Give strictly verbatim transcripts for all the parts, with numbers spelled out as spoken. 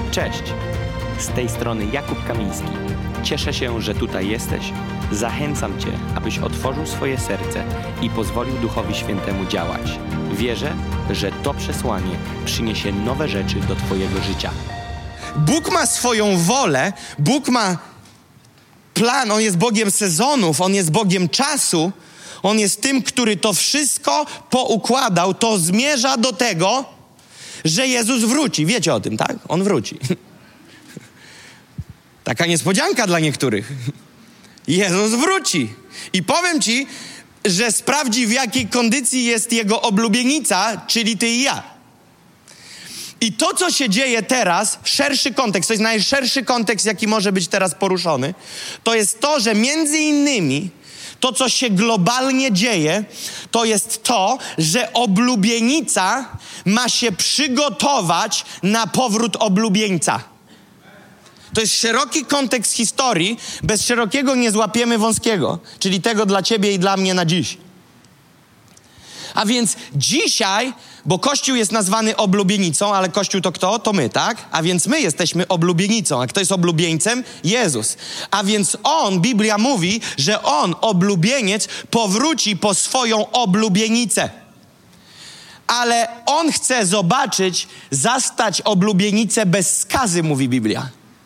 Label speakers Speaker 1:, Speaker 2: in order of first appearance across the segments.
Speaker 1: Cześć, z tej strony Jakub Kamiński. Cieszę się, że tutaj jesteś. Zachęcam Cię, abyś otworzył swoje serce i pozwolił Duchowi Świętemu działać. Wierzę, że to przesłanie przyniesie nowe rzeczy do Twojego życia.
Speaker 2: Bóg ma swoją wolę, Bóg ma plan, On jest Bogiem sezonów, On jest Bogiem czasu, On jest tym, który to wszystko poukładał. To zmierza do tego, że Jezus wróci. Wiecie o tym, tak? On wróci. Taka niespodzianka dla niektórych. Jezus wróci. I powiem Ci, że sprawdzi, w jakiej kondycji jest Jego oblubienica, czyli Ty i ja. I to, co się dzieje teraz, szerszy kontekst, to jest najszerszy kontekst, jaki może być teraz poruszony, to jest to, że między innymi to, co się globalnie dzieje, to jest to, że oblubienica ma się przygotować na powrót oblubieńca. To jest szeroki kontekst historii. Bez szerokiego nie złapiemy wąskiego, czyli tego dla ciebie i dla mnie na dziś. A więc dzisiaj, bo Kościół jest nazwany oblubienicą, ale Kościół to kto? To my, tak? A więc my jesteśmy oblubienicą. A kto jest oblubieńcem? Jezus. A więc On, Biblia mówi, że On, oblubieniec, powróci po swoją oblubienicę. Ale On chce zobaczyć, zastać oblubienicę bez skazy, mówi Biblia.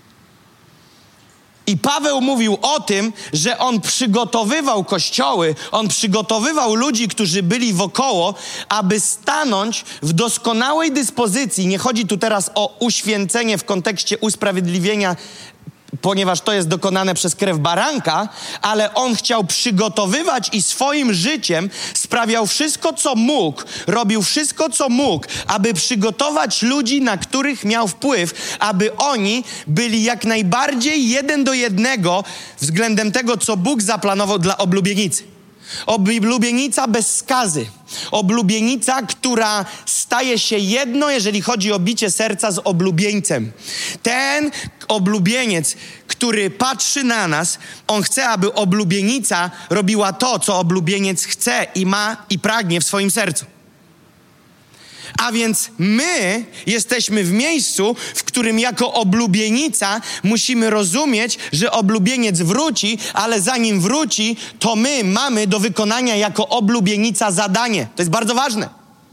Speaker 2: I Paweł mówił o tym, że on przygotowywał kościoły, on przygotowywał ludzi, którzy byli wokoło, aby stanąć w doskonałej dyspozycji. Nie chodzi tu teraz o uświęcenie w kontekście usprawiedliwienia, ponieważ to jest dokonane przez krew baranka, ale on chciał przygotowywać i swoim życiem sprawiał wszystko, co mógł, robił wszystko, co mógł, aby przygotować ludzi, na których miał wpływ, aby oni byli jak najbardziej jeden do jednego względem tego, co Bóg zaplanował dla oblubienicy. Oblubienica bez skazy. Oblubienica, która staje się jedno, jeżeli chodzi o bicie serca z oblubieńcem. Ten oblubieniec, który patrzy na nas, on chce, aby oblubienica robiła to, co oblubieniec chce i ma i pragnie w swoim sercu. A więc my jesteśmy w miejscu, w którym jako oblubienica musimy rozumieć, że oblubieniec wróci, ale zanim wróci, to my mamy do wykonania jako oblubienica zadanie. To jest bardzo ważne.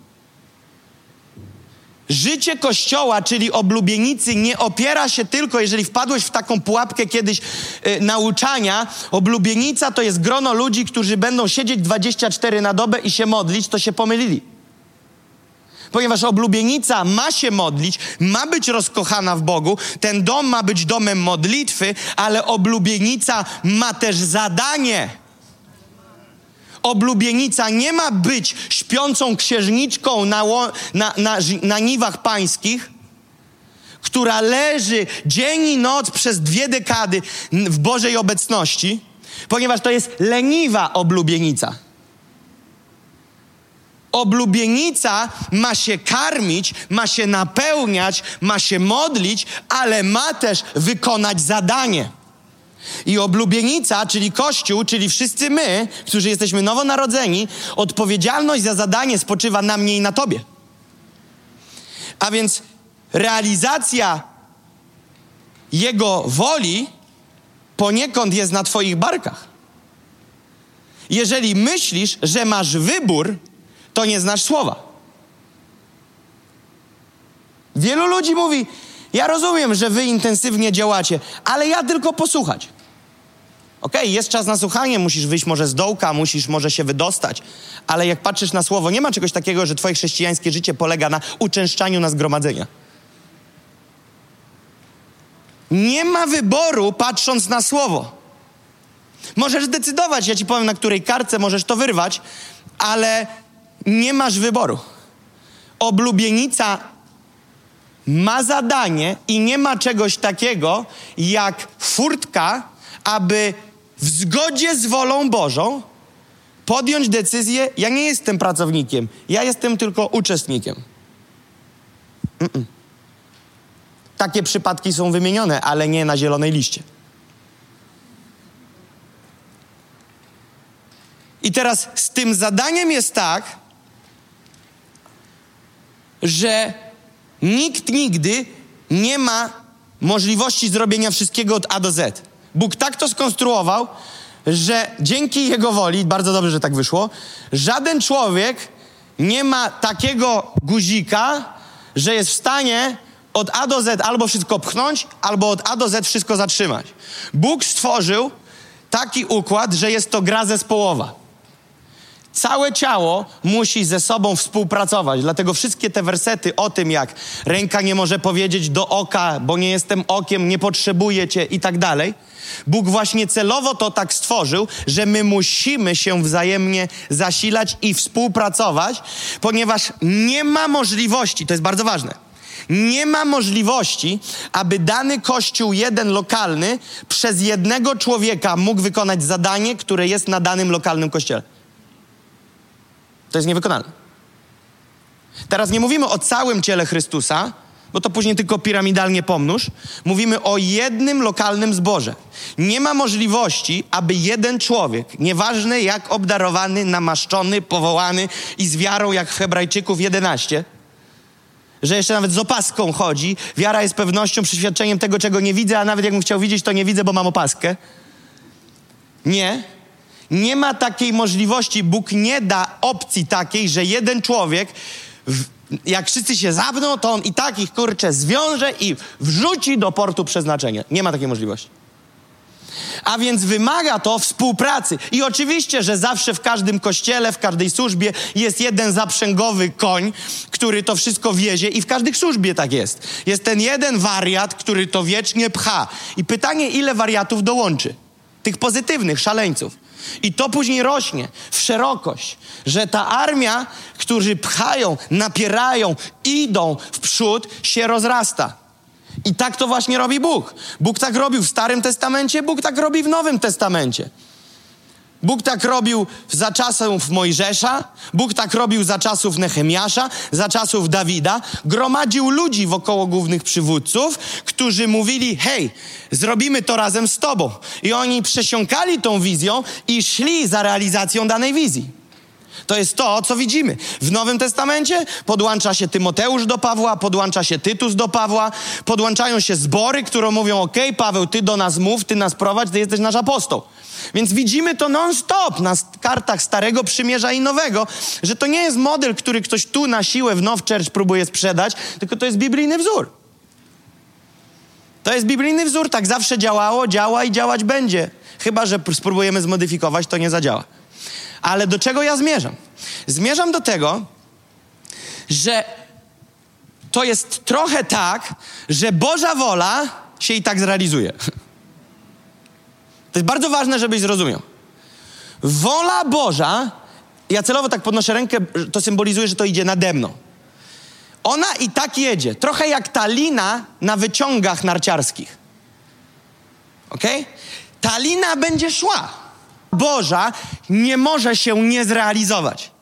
Speaker 2: Życie Kościoła, czyli oblubienicy, nie opiera się tylko, jeżeli wpadłeś w taką pułapkę kiedyś yy, nauczania, oblubienica to jest grono ludzi, którzy będą siedzieć dwadzieścia cztery na dobę i się modlić, to się pomylili. Ponieważ oblubienica ma się modlić, ma być rozkochana w Bogu, ten dom ma być domem modlitwy, ale oblubienica ma też zadanie. Oblubienica nie ma być śpiącą księżniczką na, na, na, na niwach pańskich, która leży dzień i noc przez dwie dekady w Bożej obecności, ponieważ to jest leniwa oblubienica. Oblubienica ma się karmić, ma się napełniać, ma się modlić, ale ma też wykonać zadanie. I oblubienica, czyli Kościół, czyli wszyscy my, którzy jesteśmy nowonarodzeni, odpowiedzialność za zadanie spoczywa na mnie i na tobie. A więc realizacja Jego woli poniekąd jest na twoich barkach. Jeżeli myślisz, że masz wybór, to nie znasz słowa. Wielu ludzi mówi, ja rozumiem, że wy intensywnie działacie, ale ja tylko posłuchać. Okej, okay, jest czas na słuchanie, musisz wyjść może z dołka, musisz może się wydostać, ale jak patrzysz na słowo, nie ma czegoś takiego, że twoje chrześcijańskie życie polega na uczęszczaniu na zgromadzenia. Nie ma wyboru patrząc na słowo. Możesz decydować, ja ci powiem, na której kartce możesz to wyrwać, ale nie masz wyboru. Oblubienica ma zadanie i nie ma czegoś takiego jak furtka, aby w zgodzie z wolą Bożą podjąć decyzję, ja nie jestem pracownikiem, ja jestem tylko uczestnikiem. Mm-mm. Takie przypadki są wymienione, ale nie na zielonej liście. I teraz z tym zadaniem jest tak, że nikt nigdy nie ma możliwości zrobienia wszystkiego od A do Z. Bóg tak to skonstruował, że dzięki Jego woli, bardzo dobrze, że tak wyszło, żaden człowiek nie ma takiego guzika, że jest w stanie od A do Z albo wszystko pchnąć, albo od A do Z wszystko zatrzymać. Bóg stworzył taki układ, że jest to gra zespołowa. Całe ciało musi ze sobą współpracować. Dlatego wszystkie te wersety o tym, jak ręka nie może powiedzieć do oka, bo nie jestem okiem, nie potrzebuję cię i tak dalej. Bóg właśnie celowo to tak stworzył, że my musimy się wzajemnie zasilać i współpracować, ponieważ nie ma możliwości, to jest bardzo ważne, nie ma możliwości, aby dany kościół jeden lokalny przez jednego człowieka mógł wykonać zadanie, które jest na danym lokalnym kościele. To jest niewykonalne. Teraz nie mówimy o całym ciele Chrystusa, bo to później tylko piramidalnie pomnóż. Mówimy o jednym lokalnym zborze. Nie ma możliwości, aby jeden człowiek, nieważne jak obdarowany, namaszczony, powołany i z wiarą jak w Hebrajczyków jedenaście, że jeszcze nawet z opaską chodzi. Wiara jest pewnością, przeświadczeniem tego, czego nie widzę, a nawet jakbym chciał widzieć, to nie widzę, bo mam opaskę. Nie. Nie ma takiej możliwości. Bóg nie da opcji takiej, że jeden człowiek, w, jak wszyscy się zawną, to on i tak ich, kurczę, zwiąże i wrzuci do portu przeznaczenia. Nie ma takiej możliwości. A więc wymaga to współpracy. I oczywiście, że zawsze w każdym kościele, w każdej służbie jest jeden zaprzęgowy koń, który to wszystko wiezie i w każdej służbie tak jest. Jest ten jeden wariat, który to wiecznie pcha. I pytanie, ile wariatów dołączy? Tych pozytywnych, szaleńców. I to później rośnie w szerokość, że ta armia, którzy pchają, napierają, idą w przód, się rozrasta. I tak to właśnie robi Bóg. Bóg tak robił w Starym Testamencie, Bóg tak robi w Nowym Testamencie. Bóg tak robił za czasów Mojżesza, Bóg tak robił za czasów Nehemiasza, za czasów Dawida. Gromadził ludzi wokoło głównych przywódców, którzy mówili, hej, zrobimy to razem z tobą. I oni przesiąkali tą wizją i szli za realizacją danej wizji. To jest to, co widzimy. W Nowym Testamencie podłącza się Tymoteusz do Pawła, podłącza się Tytus do Pawła, podłączają się zbory, które mówią, okej, okay, Paweł, ty do nas mów, ty nas prowadź, ty jesteś nasz apostoł. Więc widzimy to non-stop na kartach Starego Przymierza i Nowego, że to nie jest model, który ktoś tu na siłę w Now Church próbuje sprzedać, tylko to jest biblijny wzór. To jest biblijny wzór, tak zawsze działało, działa i działać będzie. Chyba że spróbujemy zmodyfikować, to nie zadziała. Ale do czego ja zmierzam? Zmierzam do tego, że to jest trochę tak, że Boża wola się i tak zrealizuje. To jest bardzo ważne, żebyś zrozumiał. Wola Boża, ja celowo tak podnoszę rękę, to symbolizuje, że to idzie nade mną. Ona i tak jedzie. Trochę jak ta lina na wyciągach narciarskich. Okej? Okay? Ta lina będzie szła. Boża nie może się nie zrealizować.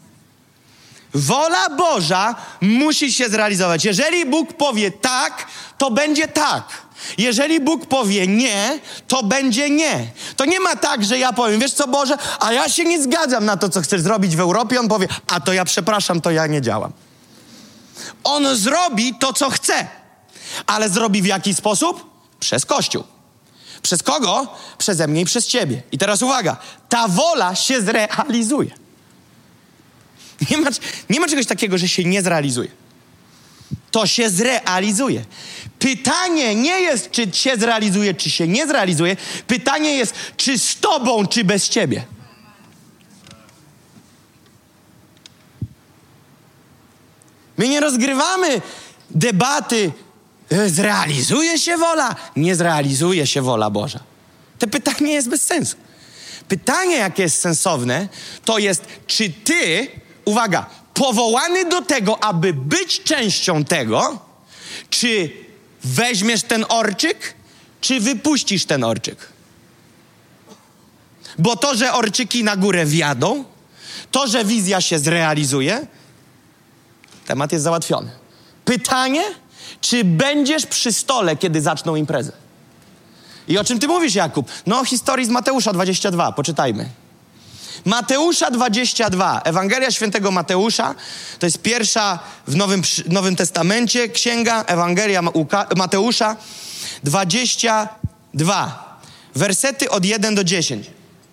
Speaker 2: Wola Boża musi się zrealizować. Jeżeli Bóg powie tak, to będzie tak. Jeżeli Bóg powie nie, to będzie nie. To nie ma tak, że ja powiem, wiesz co Boże, a ja się nie zgadzam na to, co chcesz zrobić w Europie. On powie, a to ja przepraszam, to ja nie działam. On zrobi to, co chce. Ale zrobi w jaki sposób? Przez Kościół. Przez kogo? Przeze mnie i przez ciebie. I teraz uwaga, ta wola się zrealizuje. Nie ma, nie ma czegoś takiego, że się nie zrealizuje. To się zrealizuje. Pytanie nie jest, czy się zrealizuje, czy się nie zrealizuje. Pytanie jest, czy z tobą, czy bez ciebie. My nie rozgrywamy debaty, zrealizuje się wola, nie zrealizuje się wola Boża. To pytanie jest bez sensu. Pytanie, jakie jest sensowne, to jest, czy ty, uwaga, powołany do tego, aby być częścią tego, czy weźmiesz ten orczyk, czy wypuścisz ten orczyk? Bo to, że orczyki na górę wjadą, to, że wizja się zrealizuje, temat jest załatwiony. Pytanie, czy będziesz przy stole, kiedy zaczną imprezę? I o czym ty mówisz, Jakub? No, historii z Mateusza dwudziestego drugiego, poczytajmy. Mateusza dwadzieścia dwa. Ewangelia Świętego Mateusza. To jest pierwsza w Nowym, Nowym Testamencie księga. Ewangelia Mateusza dwadzieścia dwa. Wersety od jeden do dziesięciu.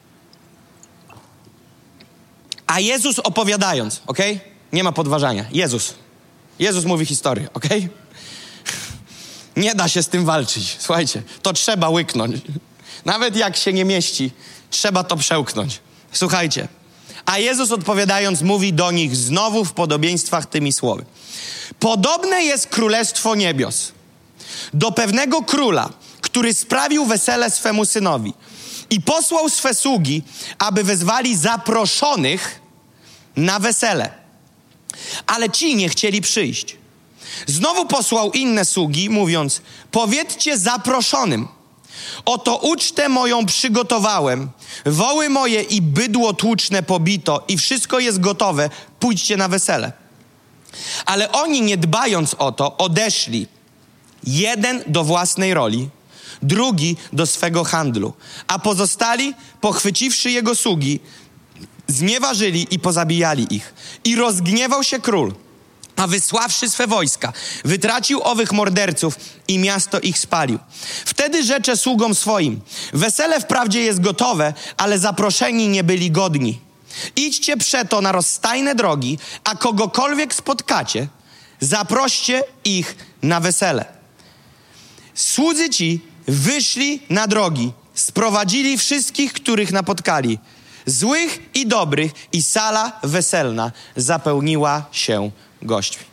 Speaker 2: A Jezus opowiadając, okej? Okay? Nie ma podważania. Jezus. Jezus mówi historię, okej? Okay? Nie da się z tym walczyć. Słuchajcie, to trzeba łyknąć. Nawet jak się nie mieści, trzeba to przełknąć. Słuchajcie. A Jezus odpowiadając mówi do nich znowu w podobieństwach tymi słowy. Podobne jest królestwo niebios do pewnego króla, który sprawił wesele swemu synowi i posłał swe sługi, aby wezwali zaproszonych na wesele. Ale ci nie chcieli przyjść. Znowu posłał inne sługi, mówiąc, powiedzcie zaproszonym, oto ucztę moją przygotowałem, woły moje i bydło tłuczne pobito i wszystko jest gotowe, pójdźcie na wesele. Ale oni, nie dbając o to, odeszli, jeden do własnej roli, drugi do swego handlu, a pozostali, pochwyciwszy jego sługi, znieważyli i pozabijali ich. I rozgniewał się król, a wysławszy swe wojska, wytracił owych morderców i miasto ich spalił. Wtedy rzecze sługom swoim, wesele wprawdzie jest gotowe, ale zaproszeni nie byli godni. Idźcie przeto na rozstajne drogi, a kogokolwiek spotkacie, zaproście ich na wesele. Słudzy ci wyszli na drogi, sprowadzili wszystkich, których napotkali, złych i dobrych, i sala weselna zapełniła się gośćmi.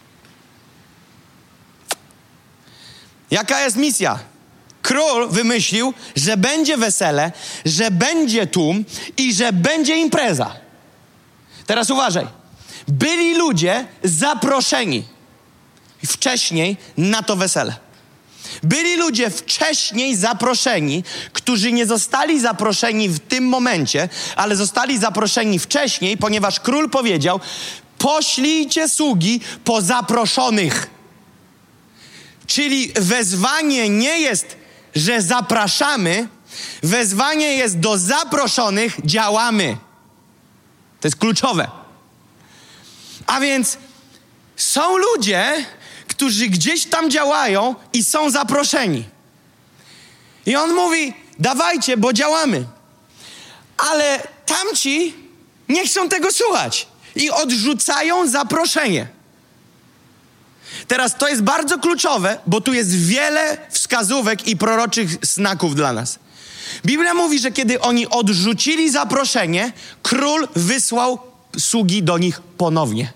Speaker 2: Jaka jest misja? Król wymyślił, że będzie wesele, że będzie tłum i że będzie impreza. Teraz uważaj. Byli ludzie zaproszeni wcześniej na to wesele. Byli ludzie wcześniej zaproszeni, którzy nie zostali zaproszeni w tym momencie, ale zostali zaproszeni wcześniej, ponieważ król powiedział, poślijcie sługi po zaproszonych. Czyli wezwanie nie jest, że zapraszamy, wezwanie jest do zaproszonych, działamy. To jest kluczowe. A więc są ludzie, którzy gdzieś tam działają i są zaproszeni. I on mówi, dawajcie, bo działamy. Ale tamci nie chcą tego słuchać i odrzucają zaproszenie. Teraz to jest bardzo kluczowe, bo tu jest wiele wskazówek i proroczych znaków dla nas. Biblia mówi, że kiedy oni odrzucili zaproszenie, król wysłał sługi do nich ponownie.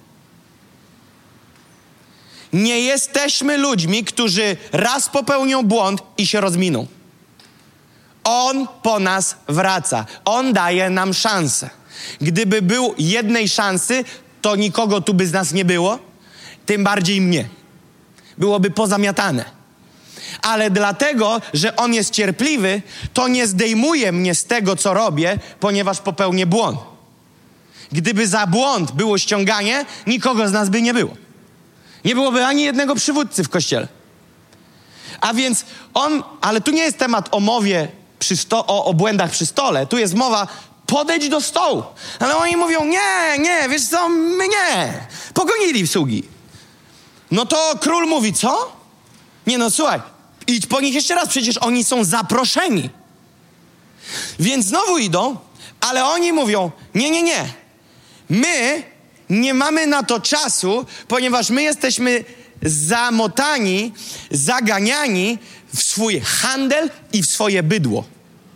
Speaker 2: Nie jesteśmy ludźmi, którzy raz popełnią błąd i się rozminą. On po nas wraca. On daje nam szansę. Gdyby był jednej szansy, to nikogo tu by z nas nie było, tym bardziej mnie. Byłoby pozamiatane. Ale dlatego, że On jest cierpliwy, to nie zdejmuje mnie z tego, co robię, ponieważ popełnię błąd. Gdyby za błąd było ściąganie, nikogo z nas by nie było. Nie byłoby ani jednego przywódcy w kościele. A więc on, ale tu nie jest temat o mowie, przy sto, o, o błędach przy stole. Tu jest mowa, podejdź do stołu. Ale oni mówią, nie, nie, wiesz co, my nie. Pogonili sługi. No to król mówi, co? Nie no, słuchaj, idź po nich jeszcze raz, przecież oni są zaproszeni. Więc znowu idą, ale oni mówią, nie, nie, nie. My nie mamy na to czasu, ponieważ my jesteśmy zamotani, zaganiani w swój handel i w swoje bydło.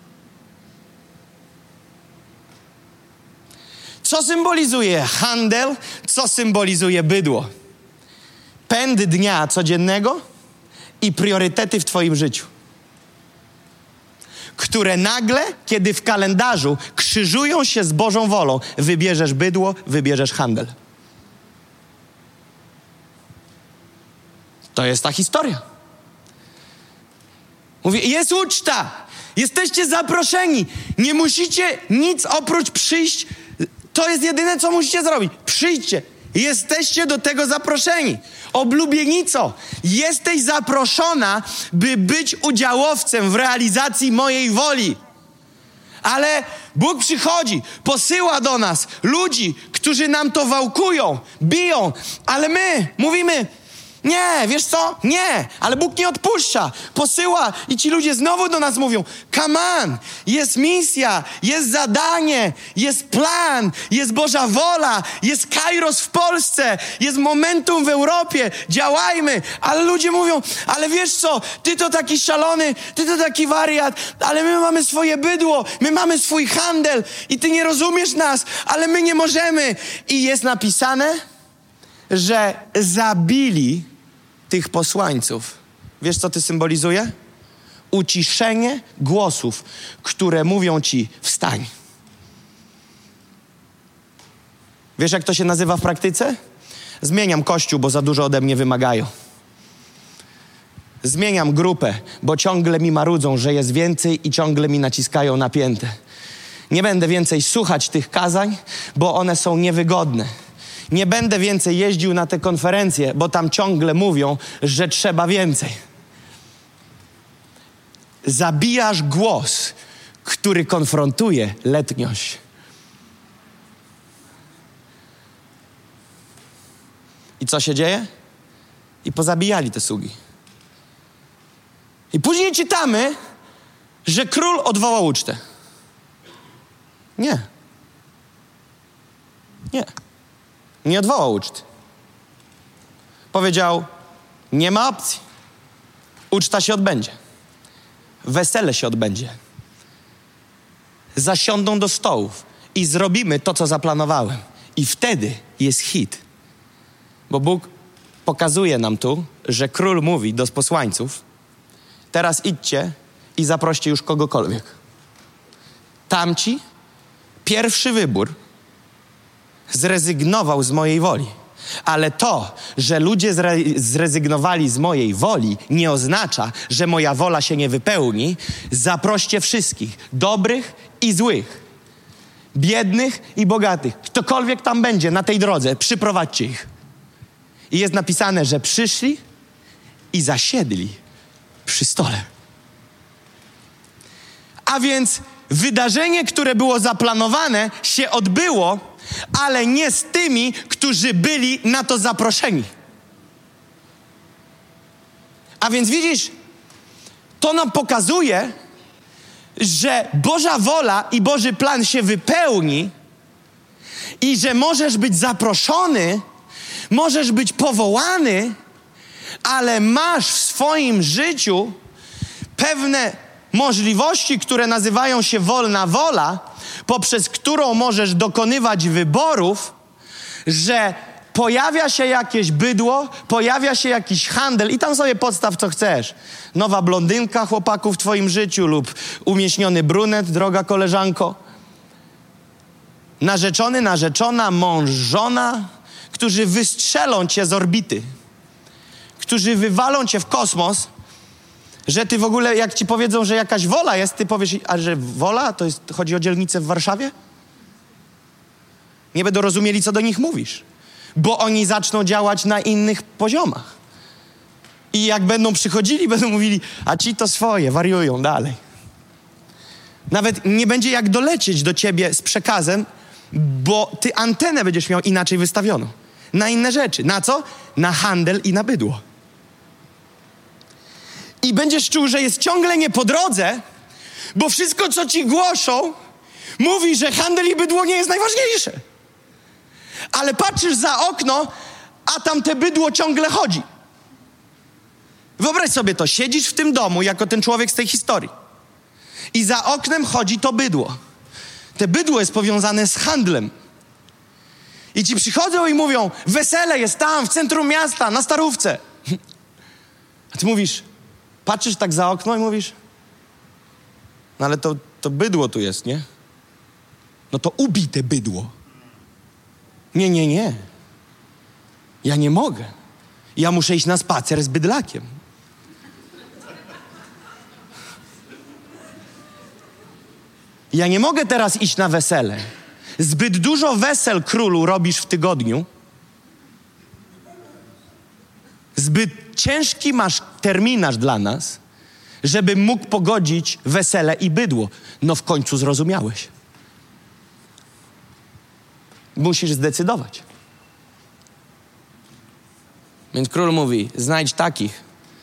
Speaker 2: Co symbolizuje handel? Co symbolizuje bydło? Pęd dnia codziennego i priorytety w twoim życiu, które nagle, kiedy w kalendarzu krzyżują się z Bożą wolą, wybierzesz bydło, wybierzesz handel. To jest ta historia. Mówię, jest uczta, jesteście zaproszeni, nie musicie nic oprócz przyjść, to jest jedyne, co musicie zrobić. Przyjdźcie, jesteście do tego zaproszeni. Oblubienico, jesteś zaproszona, by być udziałowcem w realizacji mojej woli. Ale Bóg przychodzi, posyła do nas ludzi, którzy nam to wałkują, biją, ale my mówimy, nie, wiesz co? Nie, ale Bóg nie odpuszcza. Posyła i ci ludzie znowu do nas mówią, come on, jest misja, jest zadanie, jest plan, jest Boża wola, jest Kairos w Polsce, jest momentum w Europie, działajmy. Ale ludzie mówią, ale wiesz co? Ty to taki szalony, ty to taki wariat, ale my mamy swoje bydło, my mamy swój handel i ty nie rozumiesz nas, ale my nie możemy. I jest napisane, że zabili tych posłańców. Wiesz, co to symbolizuje? Uciszenie głosów, które mówią ci wstań. Wiesz, jak to się nazywa w praktyce? Zmieniam kościół, bo za dużo ode mnie wymagają. Zmieniam grupę, bo ciągle mi marudzą, że jest więcej i ciągle mi naciskają na piętę. Nie będę więcej słuchać tych kazań, bo one są niewygodne. Nie będę więcej jeździł na te konferencje, bo tam ciągle mówią, że trzeba więcej. Zabijasz głos, który konfrontuje letniość. I co się dzieje? I pozabijali te sługi. I później czytamy, że król odwołał ucztę. Nie. Nie. Nie odwołał uczty. Powiedział, nie ma opcji. Uczta się odbędzie. Wesele się odbędzie. Zasiądą do stołów i zrobimy to, co zaplanowałem. I wtedy jest hit. Bo Bóg pokazuje nam tu, że król mówi do posłańców, teraz idźcie i zaproście już kogokolwiek. Tamci, pierwszy wybór, zrezygnował z mojej woli. Ale to, że ludzie zre- zrezygnowali z mojej woli, nie oznacza, że moja wola się nie wypełni. Zaproście wszystkich, dobrych i złych, biednych i bogatych. Ktokolwiek tam będzie na tej drodze, przyprowadźcie ich. I jest napisane, że przyszli i zasiedli przy stole. A więc wydarzenie, które było zaplanowane, się odbyło, ale nie z tymi, którzy byli na to zaproszeni. A więc widzisz, to nam pokazuje, że Boża wola i Boży plan się wypełni i że możesz być zaproszony, możesz być powołany, ale masz w swoim życiu pewne możliwości, które nazywają się wolna wola, poprzez którą możesz dokonywać wyborów, że pojawia się jakieś bydło, pojawia się jakiś handel i tam sobie podstaw co chcesz. Nowa blondynka chłopaku w twoim życiu lub umieśniony brunet, droga koleżanko. Narzeczony, narzeczona, mąż, żona, którzy wystrzelą cię z orbity, którzy wywalą cię w kosmos, że ty w ogóle, jak ci powiedzą, że jakaś wola jest, ty powiesz, a że wola? To jest, chodzi o dzielnicę w Warszawie? Nie będą rozumieli, co do nich mówisz. Bo oni zaczną działać na innych poziomach. I jak będą przychodzili, będą mówili, a ci to swoje, wariują dalej. Nawet nie będzie jak dolecieć do ciebie z przekazem, bo ty antenę będziesz miał inaczej wystawioną. Na inne rzeczy. Na co? Na handel i na bydło. I będziesz czuł, że jest ciągle nie po drodze, bo wszystko, co ci głoszą, mówi, że handel i bydło nie jest najważniejsze. Ale patrzysz za okno, a tam te bydło ciągle chodzi. Wyobraź sobie to, siedzisz w tym domu jako ten człowiek z tej historii i za oknem chodzi to bydło. Te bydło jest powiązane z handlem. I ci przychodzą i mówią, wesele jest tam, w centrum miasta, na Starówce. A ty mówisz, patrzysz tak za okno i mówisz, no ale to, to bydło tu jest, nie? No to ubij te bydło. Nie, nie, nie. Ja nie mogę. Ja muszę iść na spacer z bydlakiem. Ja nie mogę teraz iść na wesele. Zbyt dużo wesel, królu, robisz w tygodniu. Zbyt ciężki masz terminarz dla nas, żeby mógł pogodzić wesele i bydło. No w końcu zrozumiałeś. Musisz zdecydować. Więc król mówi, znajdź takich,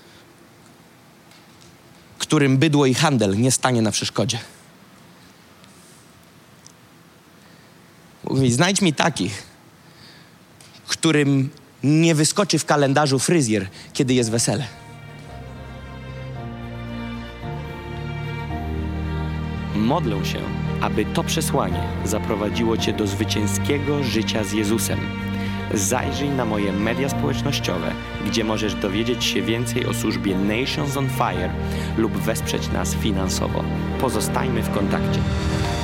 Speaker 2: którym bydło i handel nie stanie na przeszkodzie. Mówi, znajdź mi takich, którym nie wyskoczy w kalendarzu fryzjer, kiedy jest wesele.
Speaker 1: Modlę się, aby to przesłanie zaprowadziło Cię do zwycięskiego życia z Jezusem. Zajrzyj na moje media społecznościowe, gdzie możesz dowiedzieć się więcej o służbie Nations on Fire lub wesprzeć nas finansowo. Pozostajmy w kontakcie.